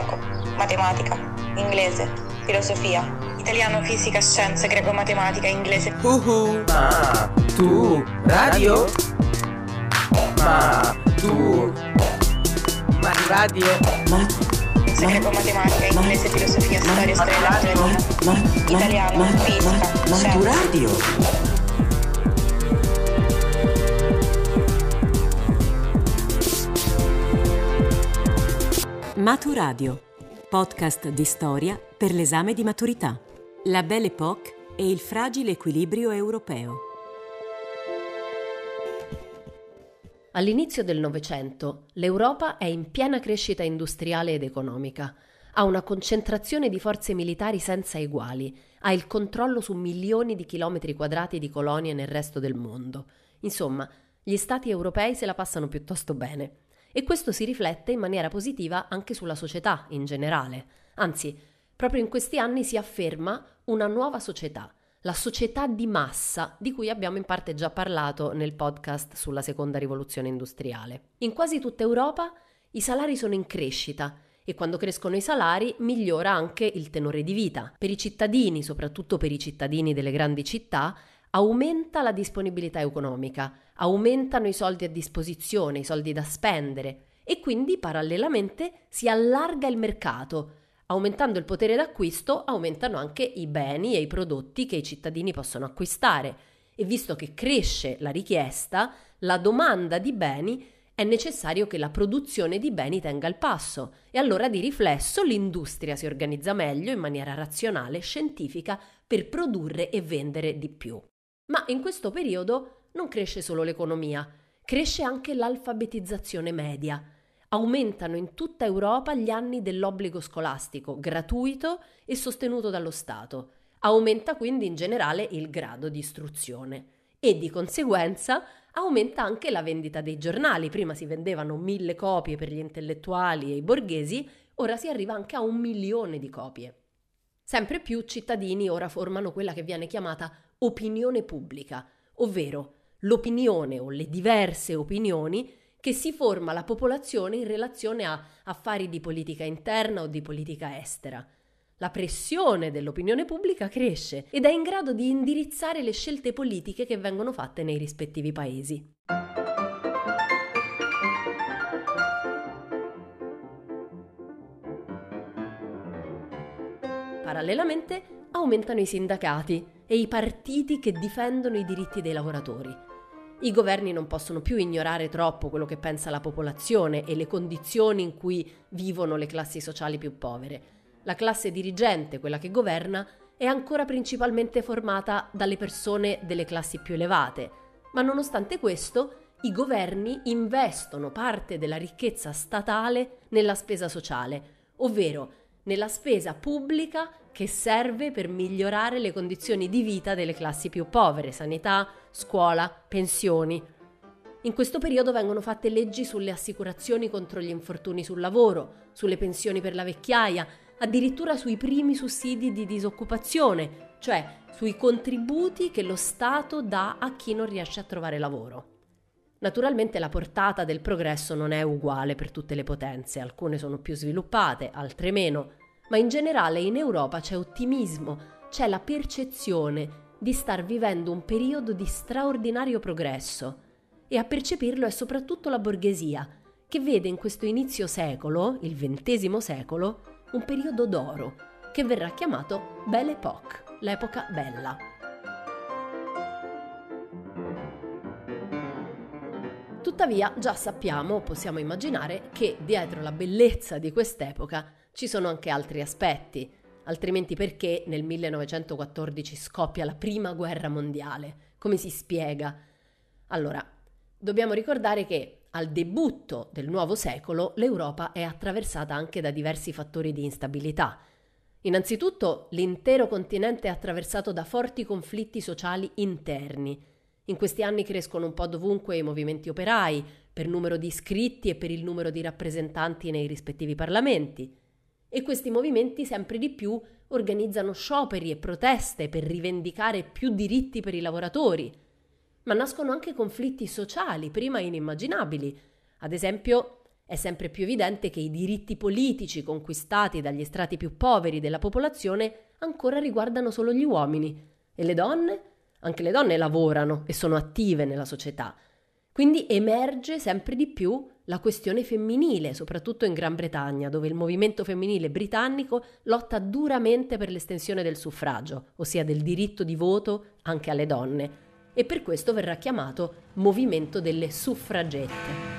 gioco, matematica, inglese, filosofia, italiano, fisica, scienze, greco, matematica, inglese. Ma tu radio? Ma tu radio? Greco, matematica, inglese, filosofia, storia, letteratura, italiano, fisica, ma tu radio? Maturadio, podcast di storia per l'esame di maturità. La Belle Époque e il fragile equilibrio europeo. All'inizio del Novecento l'Europa è in piena crescita industriale ed economica, ha una concentrazione di forze militari senza eguali, ha il controllo su milioni di chilometri quadrati di colonie nel resto del mondo. Insomma, gli stati europei se la passano piuttosto bene. E questo si riflette in maniera positiva anche sulla società in generale. Anzi, proprio in questi anni si afferma una nuova società, la società di massa, di cui abbiamo in parte già parlato nel podcast sulla seconda rivoluzione industriale. In quasi tutta Europa i salari sono in crescita e quando crescono i salari migliora anche il tenore di vita. Per i cittadini, soprattutto per i cittadini delle grandi città, aumenta la disponibilità economica, aumentano i soldi a disposizione, i soldi da spendere e quindi parallelamente si allarga il mercato. Aumentando il potere d'acquisto aumentano anche i beni e i prodotti che i cittadini possono acquistare e visto che cresce la richiesta, la domanda di beni, è necessario che la produzione di beni tenga il passo e allora di riflesso l'industria si organizza meglio in maniera razionale, scientifica, per produrre e vendere di più. Ma in questo periodo non cresce solo l'economia, cresce anche l'alfabetizzazione media. Aumentano in tutta Europa gli anni dell'obbligo scolastico, gratuito e sostenuto dallo Stato. Aumenta quindi in generale il grado di istruzione e di conseguenza aumenta anche la vendita dei giornali. Prima si vendevano 1000 copie per gli intellettuali e i borghesi, ora si arriva anche a 1 milione di copie. Sempre più cittadini ora formano quella che viene chiamata opinione pubblica, ovvero l'opinione o le diverse opinioni che si forma la popolazione in relazione a affari di politica interna o di politica estera. La pressione dell'opinione pubblica cresce ed è in grado di indirizzare le scelte politiche che vengono fatte nei rispettivi paesi. Parallelamente aumentano i sindacati e i partiti che difendono i diritti dei lavoratori. I governi non possono più ignorare troppo quello che pensa la popolazione e le condizioni in cui vivono le classi sociali più povere. La classe dirigente, quella che governa, è ancora principalmente formata dalle persone delle classi più elevate, ma nonostante questo i governi investono parte della ricchezza statale nella spesa sociale, ovvero nella spesa pubblica che serve per migliorare le condizioni di vita delle classi più povere, sanità, scuola, pensioni. In questo periodo vengono fatte leggi sulle assicurazioni contro gli infortuni sul lavoro, sulle pensioni per la vecchiaia, addirittura sui primi sussidi di disoccupazione, cioè sui contributi che lo Stato dà a chi non riesce a trovare lavoro. Naturalmente la portata del progresso non è uguale per tutte le potenze, alcune sono più sviluppate, altre meno, ma in generale in Europa c'è ottimismo, c'è la percezione di star vivendo un periodo di straordinario progresso e a percepirlo è soprattutto la borghesia, che vede in questo inizio secolo, il XX secolo, un periodo d'oro, che verrà chiamato Belle Époque, l'epoca bella. Tuttavia già sappiamo, possiamo immaginare, che dietro la bellezza di quest'epoca ci sono anche altri aspetti, altrimenti perché nel 1914 scoppia la Prima Guerra Mondiale? Come si spiega? Allora, dobbiamo ricordare che al debutto del nuovo secolo l'Europa è attraversata anche da diversi fattori di instabilità. Innanzitutto l'intero continente è attraversato da forti conflitti sociali interni. In questi anni crescono un po' dovunque i movimenti operai, per numero di iscritti e per il numero di rappresentanti nei rispettivi parlamenti. E questi movimenti sempre di più organizzano scioperi e proteste per rivendicare più diritti per i lavoratori. Ma nascono anche conflitti sociali, prima inimmaginabili. Ad esempio, È sempre più evidente che i diritti politici conquistati dagli strati più poveri della popolazione ancora riguardano solo gli uomini. E le donne? Anche le donne lavorano e sono attive nella società. Quindi emerge sempre di più la questione femminile, soprattutto in Gran Bretagna, dove il movimento femminile britannico lotta duramente per l'estensione del suffragio, ossia del diritto di voto anche alle donne, e per questo verrà chiamato movimento delle suffragette.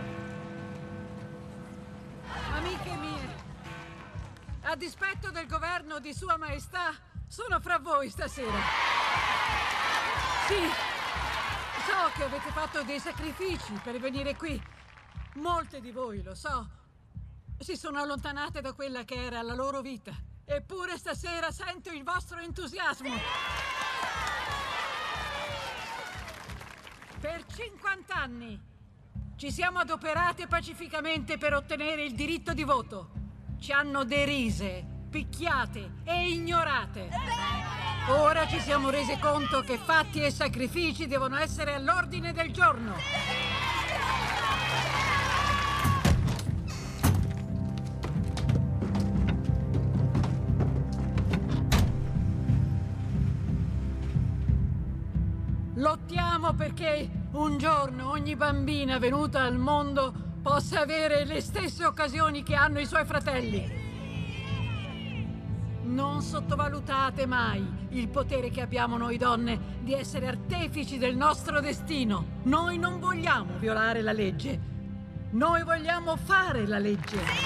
Amiche mie, a dispetto del governo di Sua Maestà, sono fra voi stasera. Sì, so che avete fatto dei sacrifici per venire qui. Molte di voi, lo so, si sono allontanate da quella che era la loro vita. Eppure stasera sento il vostro entusiasmo. Per 50 anni ci siamo adoperate pacificamente per ottenere il diritto di voto. Ci hanno derise, picchiate e ignorate. Ora ci siamo resi conto che fatti e sacrifici devono essere all'ordine del giorno. Lottiamo perché un giorno ogni bambina venuta al mondo possa avere le stesse occasioni che hanno i suoi fratelli. Non sottovalutate mai il potere che abbiamo noi donne di essere artefici del nostro destino. Noi non vogliamo violare la legge. Noi vogliamo fare la legge.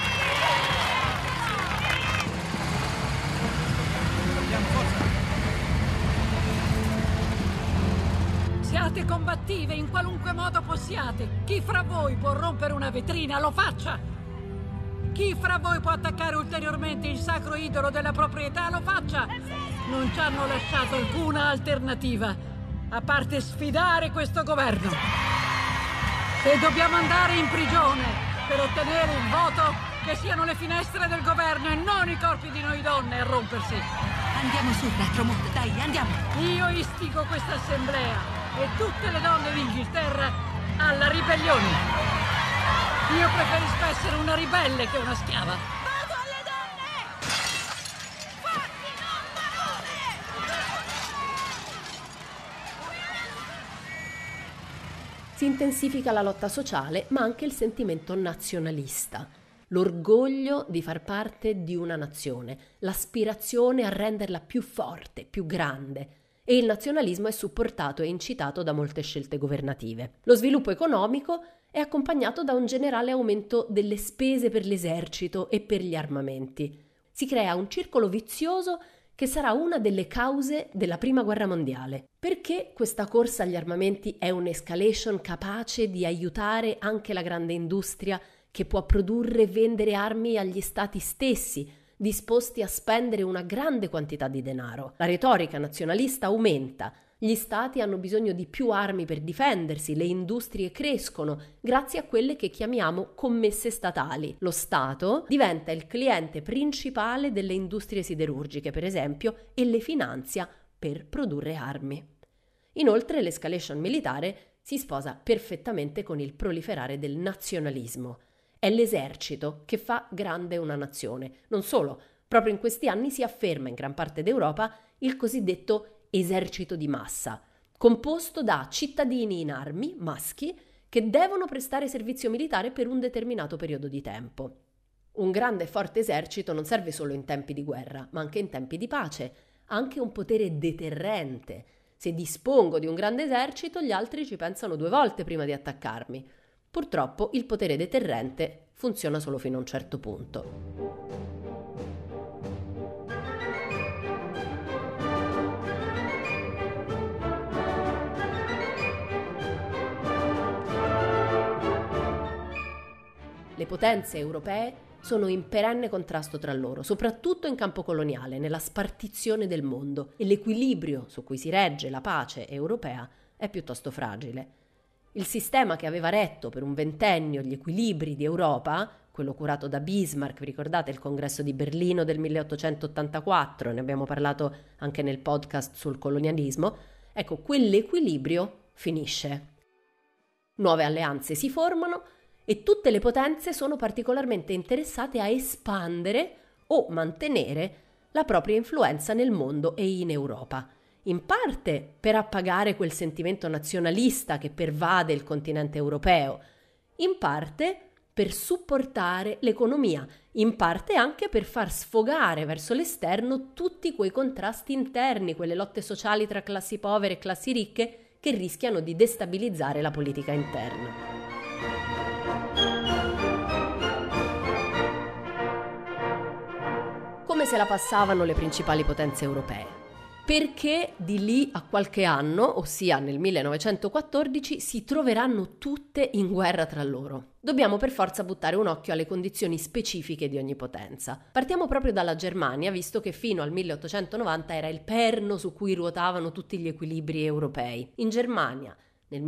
Siate combattive in qualunque modo possiate. Chi fra voi può rompere una vetrina, lo faccia. Chi fra voi può attaccare ulteriormente il sacro idolo della proprietà, lo faccia. Non ci hanno lasciato alcuna alternativa, a parte sfidare questo governo. Se dobbiamo andare in prigione per ottenere il voto, che siano le finestre del governo e non i corpi di noi donne a rompersi. Andiamo su, Retromont, dai, andiamo. Io istigo questa assemblea e tutte le donne d'Inghilterra alla ribellione. Io preferisco essere una ribelle che una schiava. Vado alle donne! Fatti non parole! Si intensifica la lotta sociale, ma anche il sentimento nazionalista. L'orgoglio di far parte di una nazione, l'aspirazione a renderla più forte, più grande. E il nazionalismo è supportato e incitato da molte scelte governative. Lo sviluppo economico è accompagnato da un generale aumento delle spese per l'esercito e per gli armamenti. Si crea un circolo vizioso che sarà una delle cause della Prima Guerra Mondiale. Perché questa corsa agli armamenti è un'escalation capace di aiutare anche la grande industria che può produrre e vendere armi agli stati stessi, disposti a spendere una grande quantità di denaro. La retorica nazionalista aumenta, gli stati hanno bisogno di più armi per difendersi, le industrie crescono grazie a quelle che chiamiamo commesse statali. Lo Stato diventa il cliente principale delle industrie siderurgiche, per esempio, e le finanzia per produrre armi. Inoltre l'escalation militare si sposa perfettamente con il proliferare del nazionalismo. È l'esercito che fa grande una nazione. Non solo, proprio in questi anni si afferma in gran parte d'Europa il cosiddetto esercito di massa, composto da cittadini in armi, maschi, che devono prestare servizio militare per un determinato periodo di tempo. Un grande e forte esercito non serve solo in tempi di guerra, ma anche in tempi di pace, ha anche un potere deterrente. Se dispongo di un grande esercito, gli altri ci pensano 2 volte prima di attaccarmi. Purtroppo il potere deterrente funziona solo fino a un certo punto. Le potenze europee sono in perenne contrasto tra loro, soprattutto in campo coloniale, nella spartizione del mondo, e l'equilibrio su cui si regge la pace europea è piuttosto fragile. Il sistema che aveva retto per un 20ennio gli equilibri di Europa, quello curato da Bismarck, vi ricordate il congresso di Berlino del 1884, ne abbiamo parlato anche nel podcast sul colonialismo, ecco, quell'equilibrio finisce. Nuove alleanze si formano e tutte le potenze sono particolarmente interessate a espandere o mantenere la propria influenza nel mondo e in Europa, in parte per appagare quel sentimento nazionalista che pervade il continente europeo, in parte per supportare l'economia, in parte anche per far sfogare verso l'esterno tutti quei contrasti interni, quelle lotte sociali tra classi povere e classi ricche che rischiano di destabilizzare la politica interna. Come se la passavano le principali potenze europee? Perché di lì a qualche anno, ossia nel 1914, si troveranno tutte in guerra tra loro. Dobbiamo per forza buttare un occhio alle condizioni specifiche di ogni potenza. Partiamo proprio dalla Germania, visto che fino al 1890 era il perno su cui ruotavano tutti gli equilibri europei. In Germania, nel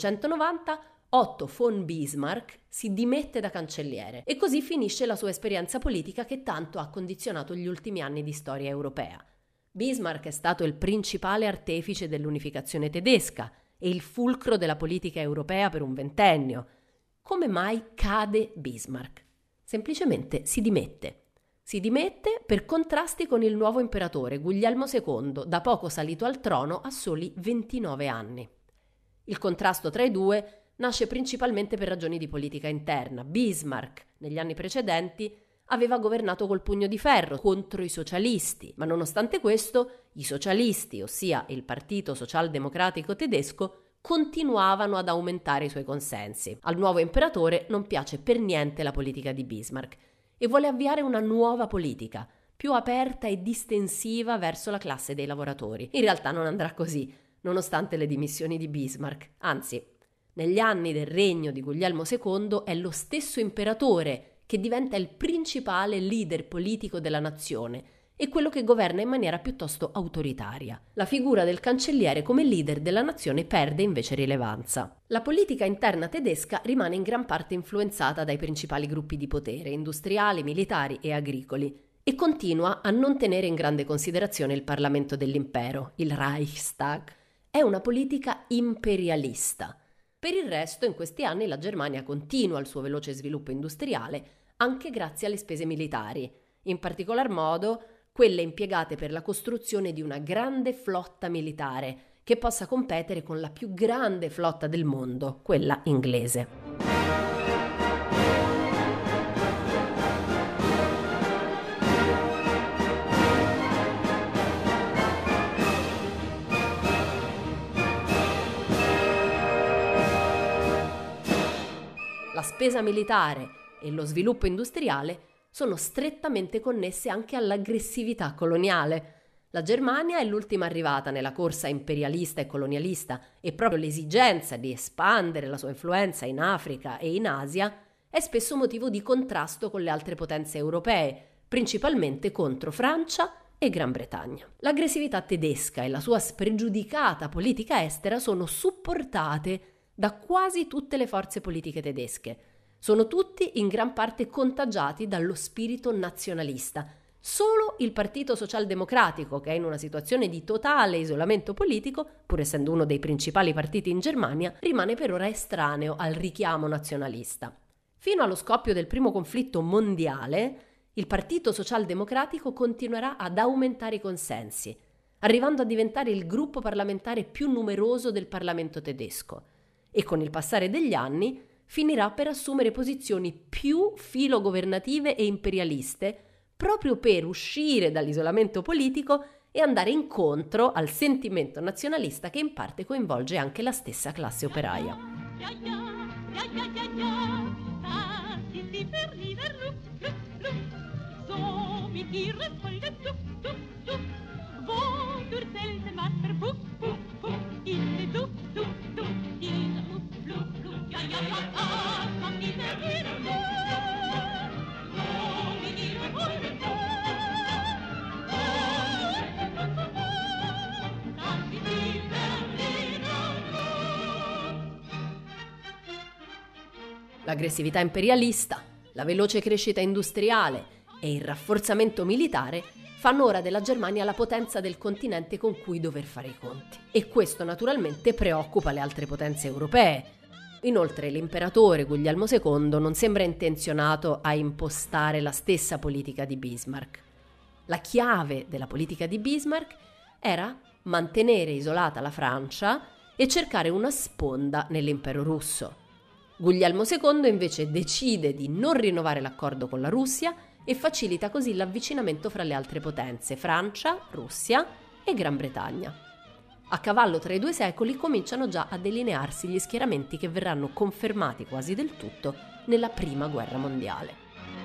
1890, Otto von Bismarck si dimette da cancelliere e così finisce la sua esperienza politica che tanto ha condizionato gli ultimi anni di storia europea. Bismarck è stato il principale artefice dell'unificazione tedesca e il fulcro della politica europea per un ventennio. Come mai cade Bismarck? Semplicemente si dimette. Si dimette per contrasti con il nuovo imperatore Guglielmo II, da poco salito al trono a soli 29 anni. Il contrasto tra i due nasce principalmente per ragioni di politica interna. Bismarck, negli anni precedenti, aveva governato col pugno di ferro contro i socialisti, ma nonostante questo i socialisti, ossia il Partito Socialdemocratico tedesco, continuavano ad aumentare i suoi consensi. Al nuovo imperatore non piace per niente la politica di Bismarck e vuole avviare una nuova politica, più aperta e distensiva verso la classe dei lavoratori. In realtà non andrà così, nonostante le dimissioni di Bismarck. Anzi, negli anni del regno di Guglielmo II è lo stesso imperatore che diventa il principale leader politico della nazione e quello che governa in maniera piuttosto autoritaria. La figura del cancelliere come leader della nazione perde invece rilevanza. La politica interna tedesca rimane in gran parte influenzata dai principali gruppi di potere, industriali, militari e agricoli, e continua a non tenere in grande considerazione il Parlamento dell'impero, il Reichstag. È una politica imperialista. Per il resto, in questi anni la Germania continua il suo veloce sviluppo industriale anche grazie alle spese militari, in particolar modo quelle impiegate per la costruzione di una grande flotta militare che possa competere con la più grande flotta del mondo, quella inglese. La spesa militare e lo sviluppo industriale sono strettamente connesse anche all'aggressività coloniale. La Germania è l'ultima arrivata nella corsa imperialista e colonialista e proprio l'esigenza di espandere la sua influenza in Africa e in Asia è spesso motivo di contrasto con le altre potenze europee, principalmente contro Francia e Gran Bretagna. L'aggressività tedesca e la sua spregiudicata politica estera sono supportate da quasi tutte le forze politiche tedesche. Sono tutti in gran parte contagiati dallo spirito nazionalista. Solo il Partito Socialdemocratico, che è in una situazione di totale isolamento politico, pur essendo uno dei principali partiti in Germania, rimane per ora estraneo al richiamo nazionalista. Fino allo scoppio del primo conflitto mondiale, il Partito Socialdemocratico continuerà ad aumentare i consensi, arrivando a diventare il gruppo parlamentare più numeroso del Parlamento tedesco. E con il passare degli anni finirà per assumere posizioni più filogovernative e imperialiste proprio per uscire dall'isolamento politico e andare incontro al sentimento nazionalista che in parte coinvolge anche la stessa classe operaia. L'aggressività imperialista, la veloce crescita industriale e il rafforzamento militare fanno ora della Germania la potenza del continente con cui dover fare i conti. E questo naturalmente preoccupa le altre potenze europee. Inoltre l'imperatore Guglielmo II non sembra intenzionato a impostare la stessa politica di Bismarck. La chiave della politica di Bismarck era mantenere isolata la Francia e cercare una sponda nell'impero russo. Guglielmo II invece decide di non rinnovare l'accordo con la Russia e facilita così l'avvicinamento fra le altre potenze, Francia, Russia e Gran Bretagna. A cavallo tra i due secoli cominciano già a delinearsi gli schieramenti che verranno confermati quasi del tutto nella Prima Guerra Mondiale.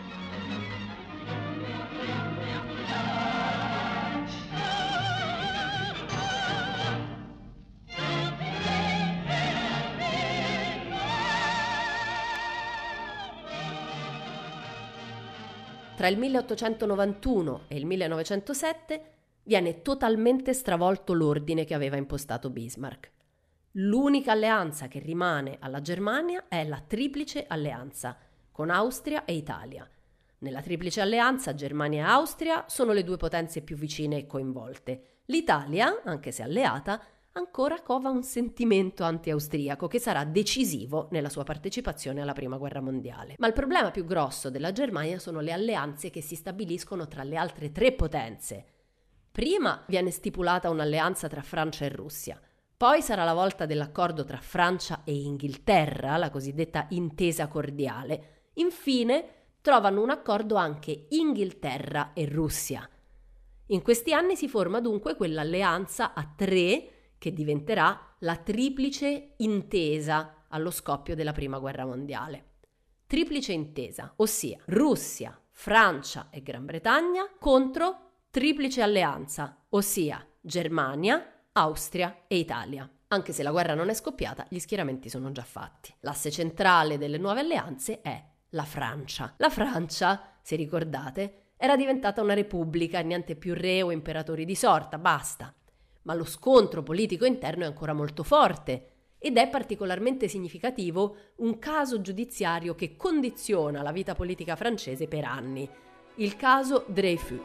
Tra il 1891 e il 1907 viene totalmente stravolto l'ordine che aveva impostato Bismarck. L'unica alleanza che rimane alla Germania è la Triplice Alleanza, con Austria e Italia. Nella Triplice Alleanza Germania e Austria sono le due potenze più vicine e coinvolte. L'Italia, anche se alleata, ancora cova un sentimento anti-austriaco che sarà decisivo nella sua partecipazione alla Prima Guerra Mondiale. Ma il problema più grosso della Germania sono le alleanze che si stabiliscono tra le altre tre potenze. Prima viene stipulata un'alleanza tra Francia e Russia, poi sarà la volta dell'accordo tra Francia e Inghilterra, la cosiddetta intesa cordiale. Infine trovano un accordo anche Inghilterra e Russia. In questi anni si forma dunque quell'alleanza a tre che diventerà la Triplice Intesa allo scoppio della Prima Guerra Mondiale. Triplice Intesa, ossia Russia, Francia e Gran Bretagna contro Triplice Alleanza, ossia Germania, Austria e Italia. Anche se la guerra non è scoppiata, gli schieramenti sono già fatti. L'asse centrale delle nuove alleanze è la Francia. La Francia, se ricordate, era diventata una repubblica, niente più re o imperatori di sorta, basta. Ma lo scontro politico interno è ancora molto forte ed è particolarmente significativo un caso giudiziario che condiziona la vita politica francese per anni, il caso Dreyfus.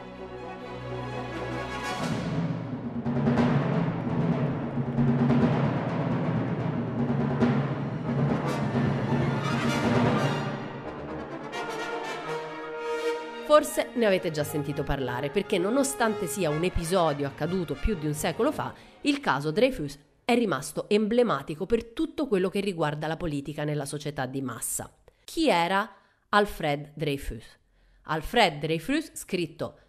Forse ne avete già sentito parlare, perché nonostante sia un episodio accaduto più di un secolo fa, il caso Dreyfus è rimasto emblematico per tutto quello che riguarda la politica nella società di massa. Chi era Alfred Dreyfus? Alfred Dreyfus, scritto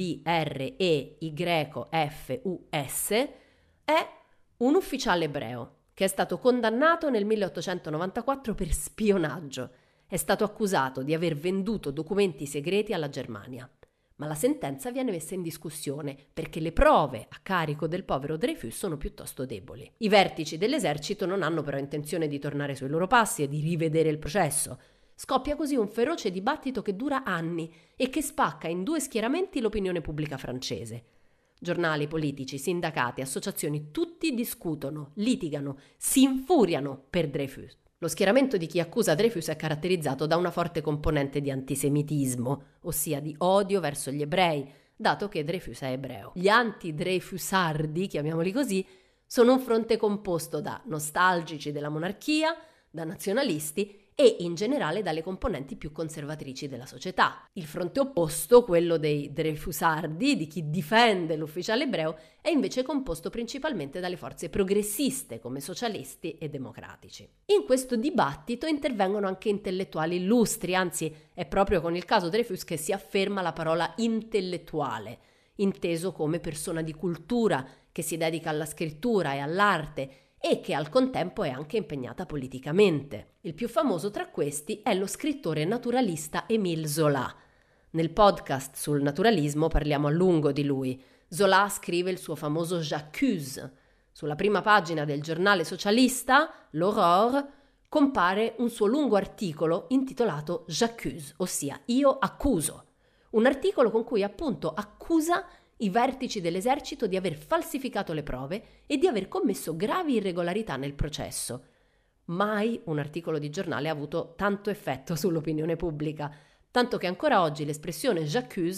D-R-E-Y-F-U-S, è un ufficiale ebreo che è stato condannato nel 1894 per spionaggio. È stato accusato di aver venduto documenti segreti alla Germania, ma la sentenza viene messa in discussione perché le prove a carico del povero Dreyfus sono piuttosto deboli. I vertici dell'esercito non hanno però intenzione di tornare sui loro passi e di rivedere il processo. Scoppia così un feroce dibattito che dura anni e che spacca in due schieramenti l'opinione pubblica francese. Giornali, politici, sindacati, associazioni, tutti discutono, litigano, si infuriano per Dreyfus. Lo schieramento di chi accusa Dreyfus è caratterizzato da una forte componente di antisemitismo, ossia di odio verso gli ebrei, dato che Dreyfus è ebreo. Gli anti-Dreyfusardi, chiamiamoli così, sono un fronte composto da nostalgici della monarchia, da nazionalisti e in generale dalle componenti più conservatrici della società. Il fronte opposto, quello dei Dreyfusardi, di chi difende l'ufficiale ebreo, è invece composto principalmente dalle forze progressiste come socialisti e democratici. In questo dibattito intervengono anche intellettuali illustri, anzi è proprio con il caso Dreyfus che si afferma la parola intellettuale, inteso come persona di cultura che si dedica alla scrittura e all'arte e che al contempo è anche impegnata politicamente. Il più famoso tra questi è lo scrittore naturalista Émile Zola. Nel podcast sul naturalismo parliamo a lungo di lui. Zola scrive il suo famoso J'accuse. Sulla prima pagina del giornale socialista, L'Aurore, compare un suo lungo articolo intitolato J'accuse, ossia Io accuso. Un articolo con cui appunto accusa i vertici dell'esercito di aver falsificato le prove e di aver commesso gravi irregolarità nel processo. Mai un articolo di giornale ha avuto tanto effetto sull'opinione pubblica, tanto che ancora oggi l'espressione j'accuse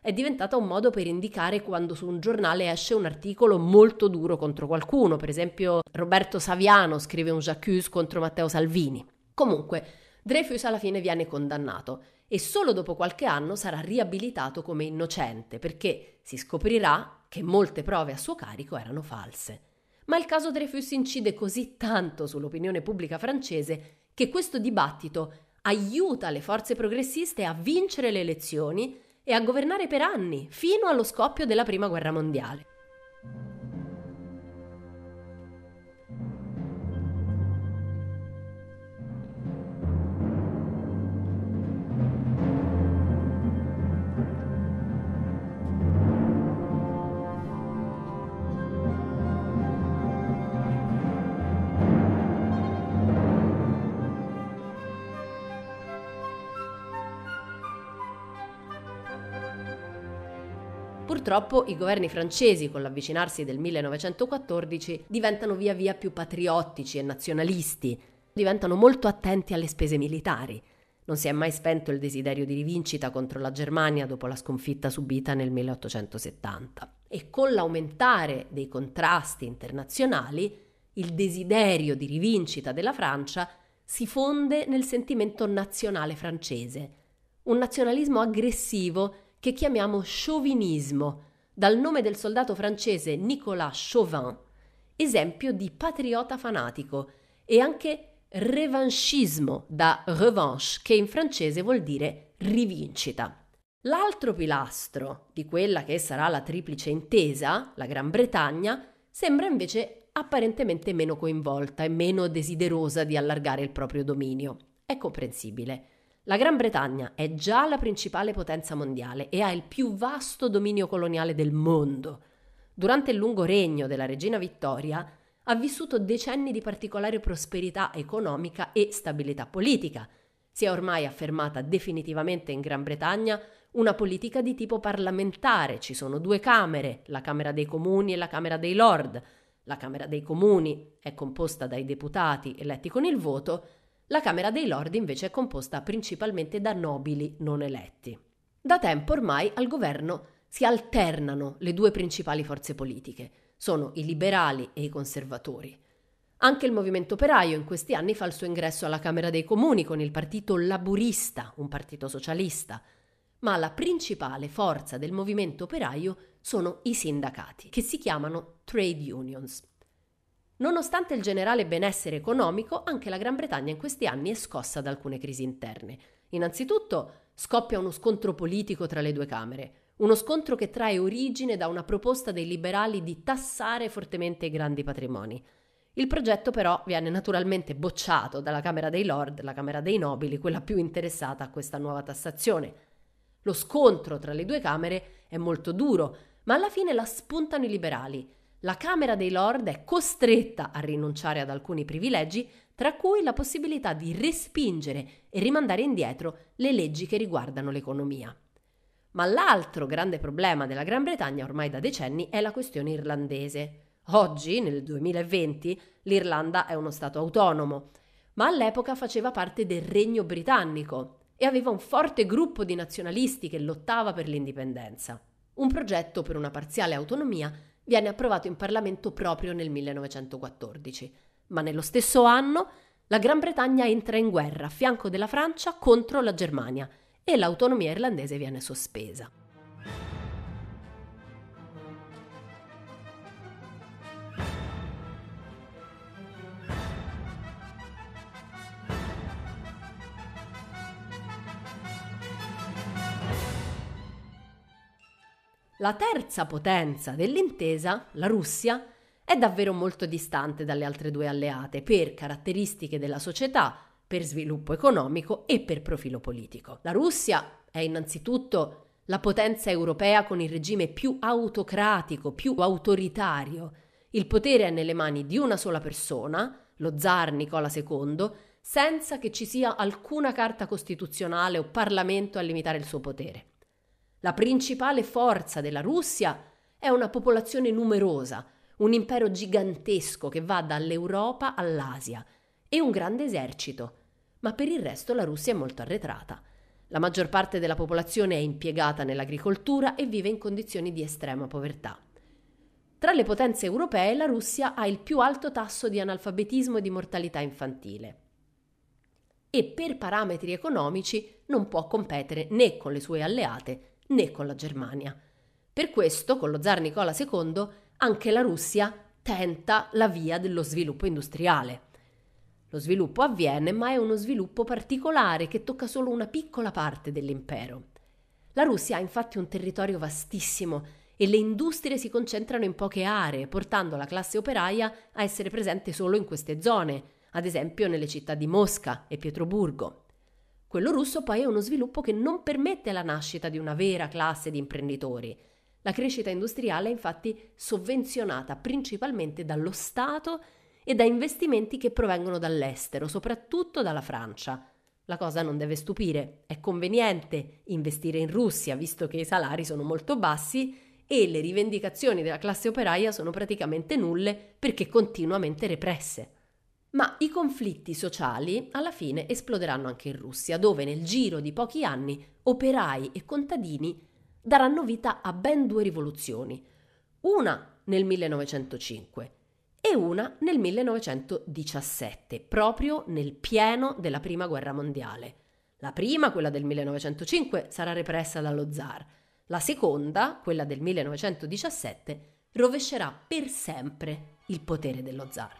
è diventata un modo per indicare quando su un giornale esce un articolo molto duro contro qualcuno. Per esempio, Roberto Saviano scrive un j'accuse contro Matteo Salvini. Comunque, Dreyfus alla fine viene condannato e solo dopo qualche anno sarà riabilitato come innocente, perché si scoprirà che molte prove a suo carico erano false. Ma il caso Dreyfus incide così tanto sull'opinione pubblica francese che questo dibattito aiuta le forze progressiste a vincere le elezioni e a governare per anni, fino allo scoppio della Prima Guerra Mondiale. Purtroppo i governi francesi, con l'avvicinarsi del 1914, diventano via via più patriottici e nazionalisti, diventano molto attenti alle spese militari. Non si è mai spento il desiderio di rivincita contro la Germania dopo la sconfitta subita nel 1870. E con l'aumentare dei contrasti internazionali, il desiderio di rivincita della Francia si fonde nel sentimento nazionale francese, un nazionalismo aggressivo che chiamiamo chauvinismo, dal nome del soldato francese Nicolas Chauvin, esempio di patriota fanatico, e anche revanchismo, da revanche, che in francese vuol dire rivincita. L'altro pilastro di quella che sarà la triplice intesa, la Gran Bretagna, sembra invece apparentemente meno coinvolta e meno desiderosa di allargare il proprio dominio. È comprensibile. La Gran Bretagna è già la principale potenza mondiale e ha il più vasto dominio coloniale del mondo. Durante il lungo regno della regina Vittoria ha vissuto decenni di particolare prosperità economica e stabilità politica. Si è ormai affermata definitivamente in Gran Bretagna una politica di tipo parlamentare. Ci sono due camere, la Camera dei Comuni e la Camera dei Lord. La Camera dei Comuni è composta dai deputati eletti con il voto. La Camera dei Lord invece è composta principalmente da nobili non eletti. Da tempo ormai al governo si alternano le due principali forze politiche. Sono i liberali e i conservatori. Anche il movimento operaio in questi anni fa il suo ingresso alla Camera dei Comuni con il partito laburista, un partito socialista. Ma la principale forza del movimento operaio sono i sindacati, che si chiamano trade unions. Nonostante il generale benessere economico, anche la Gran Bretagna in questi anni è scossa da alcune crisi interne. Innanzitutto scoppia uno scontro politico tra le due Camere, uno scontro che trae origine da una proposta dei liberali di tassare fortemente i grandi patrimoni. Il progetto però viene naturalmente bocciato dalla Camera dei Lord, la Camera dei Nobili, quella più interessata a questa nuova tassazione. Lo scontro tra le due Camere è molto duro, ma alla fine la spuntano i liberali. La Camera dei Lord è costretta a rinunciare ad alcuni privilegi, tra cui la possibilità di respingere e rimandare indietro le leggi che riguardano l'economia. Ma l'altro grande problema della Gran Bretagna ormai da decenni è la questione irlandese. Oggi, nel 2020, l'Irlanda è uno stato autonomo, ma all'epoca faceva parte del Regno Britannico e aveva un forte gruppo di nazionalisti che lottava per l'indipendenza. Un progetto per una parziale autonomia viene approvato in Parlamento proprio nel 1914, ma nello stesso anno la Gran Bretagna entra in guerra a fianco della Francia contro la Germania e l'autonomia irlandese viene sospesa. La terza potenza dell'intesa, la Russia, è davvero molto distante dalle altre due alleate per caratteristiche della società, per sviluppo economico e per profilo politico. La Russia è innanzitutto la potenza europea con il regime più autocratico, più autoritario. Il potere è nelle mani di una sola persona, lo zar Nicola II, senza che ci sia alcuna carta costituzionale o Parlamento a limitare il suo potere. La principale forza della Russia è una popolazione numerosa, un impero gigantesco che va dall'Europa all'Asia e un grande esercito, ma per il resto la Russia è molto arretrata. La maggior parte della popolazione è impiegata nell'agricoltura e vive in condizioni di estrema povertà. Tra le potenze europee la Russia ha il più alto tasso di analfabetismo e di mortalità infantile. E per parametri economici non può competere né con le sue alleate né con la Germania. Per questo, con lo zar Nicola II, anche la Russia tenta la via dello sviluppo industriale. Lo sviluppo avviene, ma è uno sviluppo particolare che tocca solo una piccola parte dell'impero. La Russia ha infatti un territorio vastissimo e le industrie si concentrano in poche aree, portando la classe operaia a essere presente solo in queste zone, ad esempio nelle città di Mosca e Pietroburgo. Quello russo poi è uno sviluppo che non permette la nascita di una vera classe di imprenditori. La crescita industriale è infatti sovvenzionata principalmente dallo Stato e da investimenti che provengono dall'estero, soprattutto dalla Francia. La cosa non deve stupire, è conveniente investire in Russia, visto che i salari sono molto bassi e le rivendicazioni della classe operaia sono praticamente nulle perché continuamente represse. Ma i conflitti sociali alla fine esploderanno anche in Russia, dove nel giro di pochi anni operai e contadini daranno vita a ben 2 rivoluzioni, una nel 1905 e una nel 1917, proprio nel pieno della Prima Guerra Mondiale. La prima, quella del 1905, sarà repressa dallo zar. La seconda, quella del 1917, rovescerà per sempre il potere dello zar.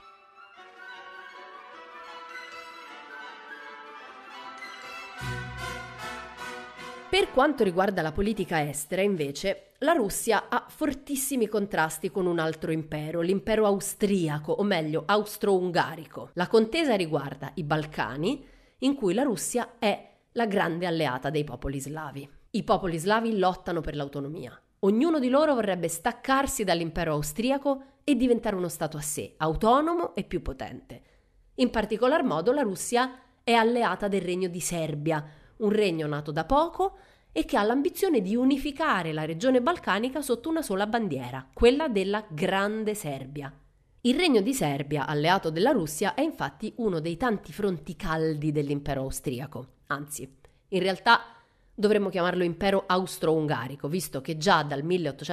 Per quanto riguarda la politica estera, invece, la Russia ha fortissimi contrasti con un altro impero, l'impero austriaco, o meglio austro-ungarico. La contesa riguarda i Balcani, in cui la Russia è la grande alleata dei popoli slavi. I popoli slavi lottano per l'autonomia. Ognuno di loro vorrebbe staccarsi dall'impero austriaco e diventare uno stato a sé, autonomo e più potente. In particolar modo la Russia è alleata del Regno di Serbia, un regno nato da poco e che ha l'ambizione di unificare la regione balcanica sotto una sola bandiera, quella della Grande Serbia. Il Regno di Serbia, alleato della Russia, è infatti uno dei tanti fronti caldi dell'impero austriaco. Anzi, in realtà dovremmo chiamarlo impero austro-ungarico, visto che già dal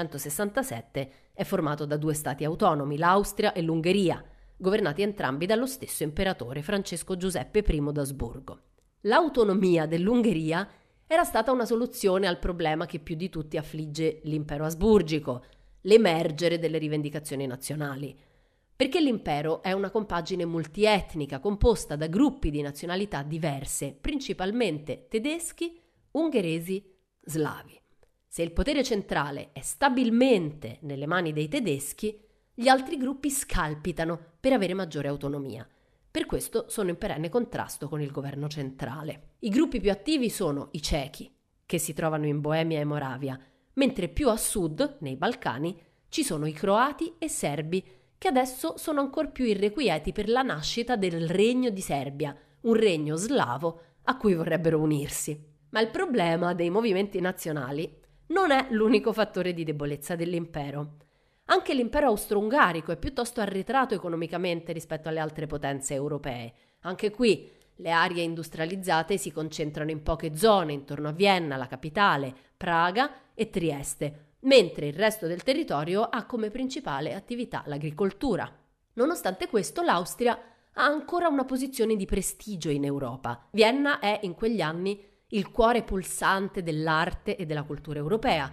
1867 è formato da 2 stati autonomi, l'Austria e l'Ungheria, governati entrambi dallo stesso imperatore Francesco Giuseppe I d'Asburgo. L'autonomia dell'Ungheria era stata una soluzione al problema che più di tutti affligge l'impero asburgico, l'emergere delle rivendicazioni nazionali. Perché l'impero è una compagine multietnica composta da gruppi di nazionalità diverse, principalmente tedeschi, ungheresi, slavi. Se il potere centrale è stabilmente nelle mani dei tedeschi, gli altri gruppi scalpitano per avere maggiore autonomia. Per questo sono in perenne contrasto con il governo centrale. I gruppi più attivi sono i cechi, che si trovano in Boemia e Moravia, mentre più a sud, nei Balcani, ci sono i croati e serbi, che adesso sono ancor più irrequieti per la nascita del Regno di Serbia, un regno slavo a cui vorrebbero unirsi. Ma il problema dei movimenti nazionali non è l'unico fattore di debolezza dell'impero. Anche l'impero austro-ungarico è piuttosto arretrato economicamente rispetto alle altre potenze europee. Anche qui le aree industrializzate si concentrano in poche zone intorno a Vienna, la capitale, Praga e Trieste, mentre il resto del territorio ha come principale attività l'agricoltura. Nonostante questo, l'Austria ha ancora una posizione di prestigio in Europa. Vienna è in quegli anni il cuore pulsante dell'arte e della cultura europea.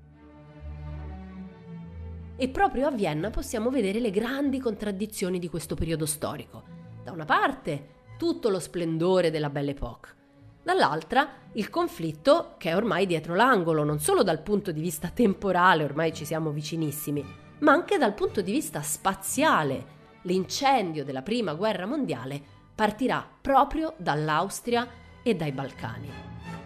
E proprio a Vienna possiamo vedere le grandi contraddizioni di questo periodo storico. Da una parte, tutto lo splendore della Belle Époque. Dall'altra, il conflitto che è ormai dietro l'angolo, non solo dal punto di vista temporale, ormai ci siamo vicinissimi, ma anche dal punto di vista spaziale. L'incendio della Prima Guerra Mondiale partirà proprio dall'Austria e dai Balcani.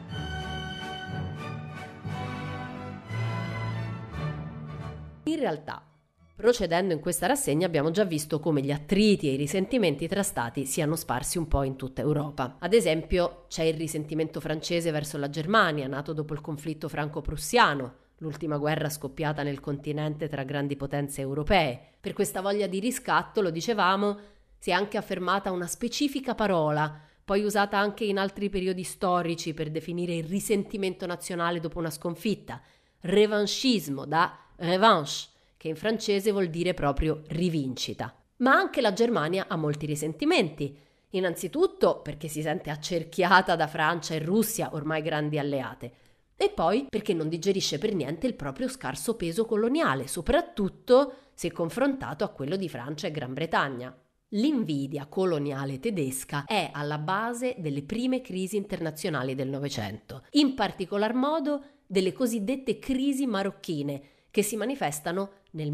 In realtà, procedendo in questa rassegna abbiamo già visto come gli attriti e i risentimenti tra stati siano sparsi un po' in tutta Europa. Ad esempio, c'è il risentimento francese verso la Germania, nato dopo il conflitto franco-prussiano, l'ultima guerra scoppiata nel continente tra grandi potenze europee. Per questa voglia di riscatto, lo dicevamo, si è anche affermata una specifica parola poi usata anche in altri periodi storici per definire il risentimento nazionale dopo una sconfitta. Revanchismo, da revanche, che in francese vuol dire proprio rivincita. Ma anche la Germania ha molti risentimenti. Innanzitutto perché si sente accerchiata da Francia e Russia, ormai grandi alleate, e poi perché non digerisce per niente il proprio scarso peso coloniale, soprattutto se confrontato a quello di Francia e Gran Bretagna. L'invidia coloniale tedesca è alla base delle prime crisi internazionali del Novecento, in particolar modo delle cosiddette crisi marocchine, che si manifestano nel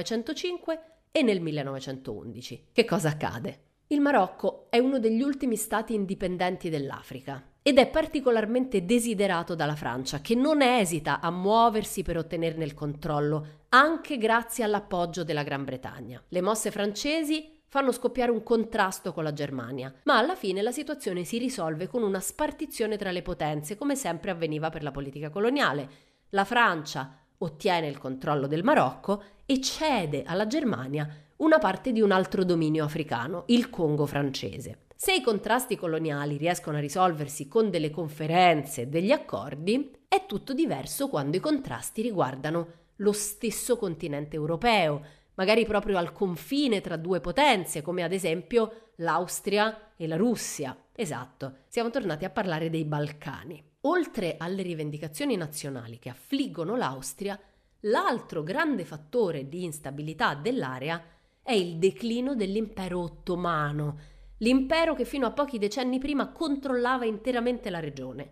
1905 e nel 1911. Che cosa accade? Il Marocco è uno degli ultimi stati indipendenti dell'Africa ed è particolarmente desiderato dalla Francia, che non esita a muoversi per ottenerne il controllo, anche grazie all'appoggio della Gran Bretagna. Le mosse francesi fanno scoppiare un contrasto con la Germania, ma alla fine la situazione si risolve con una spartizione tra le potenze, come sempre avveniva per la politica coloniale. La Francia ottiene il controllo del Marocco e cede alla Germania una parte di un altro dominio africano, il Congo francese. Se i contrasti coloniali riescono a risolversi con delle conferenze e degli accordi, è tutto diverso quando i contrasti riguardano lo stesso continente europeo, magari proprio al confine tra due potenze, come ad esempio l'Austria e la Russia. Esatto, siamo tornati a parlare dei Balcani. Oltre alle rivendicazioni nazionali che affliggono l'Austria, l'altro grande fattore di instabilità dell'area è il declino dell'impero ottomano, l'impero che fino a pochi decenni prima controllava interamente la regione.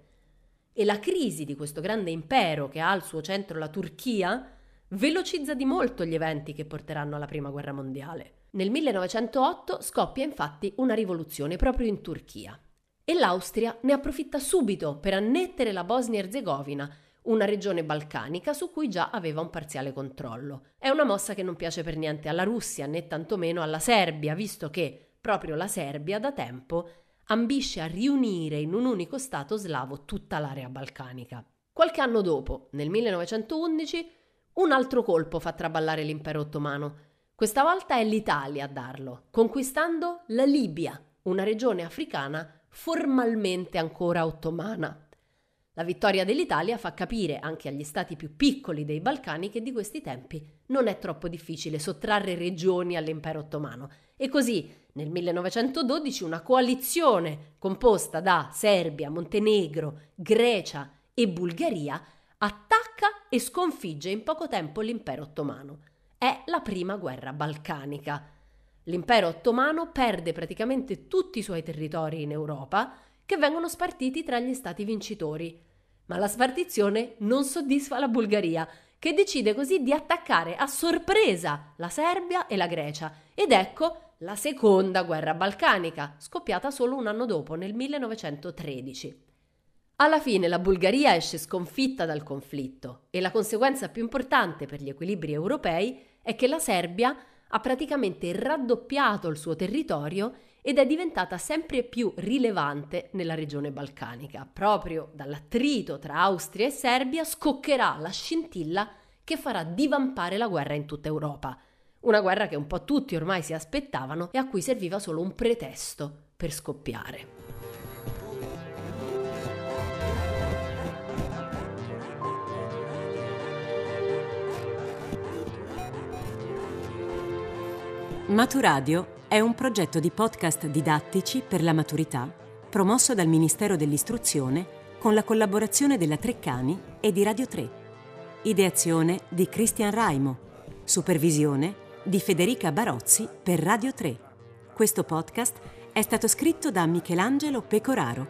E la crisi di questo grande impero, che ha al suo centro la Turchia, velocizza di molto gli eventi che porteranno alla Prima Guerra Mondiale. Nel 1908 scoppia infatti una rivoluzione proprio in Turchia e l'Austria ne approfitta subito per annettere la Bosnia-Erzegovina, una regione balcanica su cui già aveva un parziale controllo. È una mossa che non piace per niente alla Russia, né tantomeno alla Serbia, visto che proprio la Serbia da tempo ambisce a riunire in un unico stato slavo tutta l'area balcanica. Qualche anno dopo, nel 1911, un altro colpo fa traballare l'impero ottomano. Questa volta è l'Italia a darlo, conquistando la Libia, una regione africana formalmente ancora ottomana. La vittoria dell'Italia fa capire anche agli stati più piccoli dei Balcani che di questi tempi non è troppo difficile sottrarre regioni all'impero ottomano. E così, nel 1912, una coalizione composta da Serbia, Montenegro, Grecia e Bulgaria attacca e sconfigge in poco tempo l'impero ottomano. È la prima guerra balcanica. L'impero ottomano perde praticamente tutti i suoi territori in Europa, che vengono spartiti tra gli stati vincitori. Ma la spartizione non soddisfa la Bulgaria, che decide così di attaccare a sorpresa la Serbia e la Grecia. Ed ecco la seconda guerra balcanica, scoppiata solo un anno dopo, nel 1913. Alla fine la Bulgaria esce sconfitta dal conflitto e la conseguenza più importante per gli equilibri europei è che la Serbia ha praticamente raddoppiato il suo territorio ed è diventata sempre più rilevante nella regione balcanica. Proprio dall'attrito tra Austria e Serbia scoccherà la scintilla che farà divampare la guerra in tutta Europa. Una guerra che un po' tutti ormai si aspettavano e a cui serviva solo un pretesto per scoppiare. Maturadio è un progetto di podcast didattici per la maturità promosso dal Ministero dell'Istruzione con la collaborazione della Treccani e di Radio 3. Ideazione di Cristian Raimo. Supervisione di Federica Barozzi per Radio 3. Questo podcast è stato scritto da Michelangelo Pecoraro.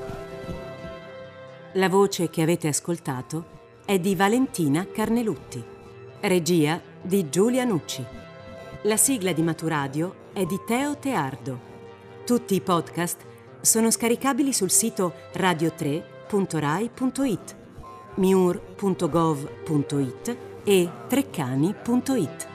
La voce che avete ascoltato è di Valentina Carnelutti. Regia di Giulia Nucci. La sigla di Maturadio è di Teo Teardo. Tutti i podcast sono scaricabili sul sito radio3.rai.it, miur.gov.it e treccani.it.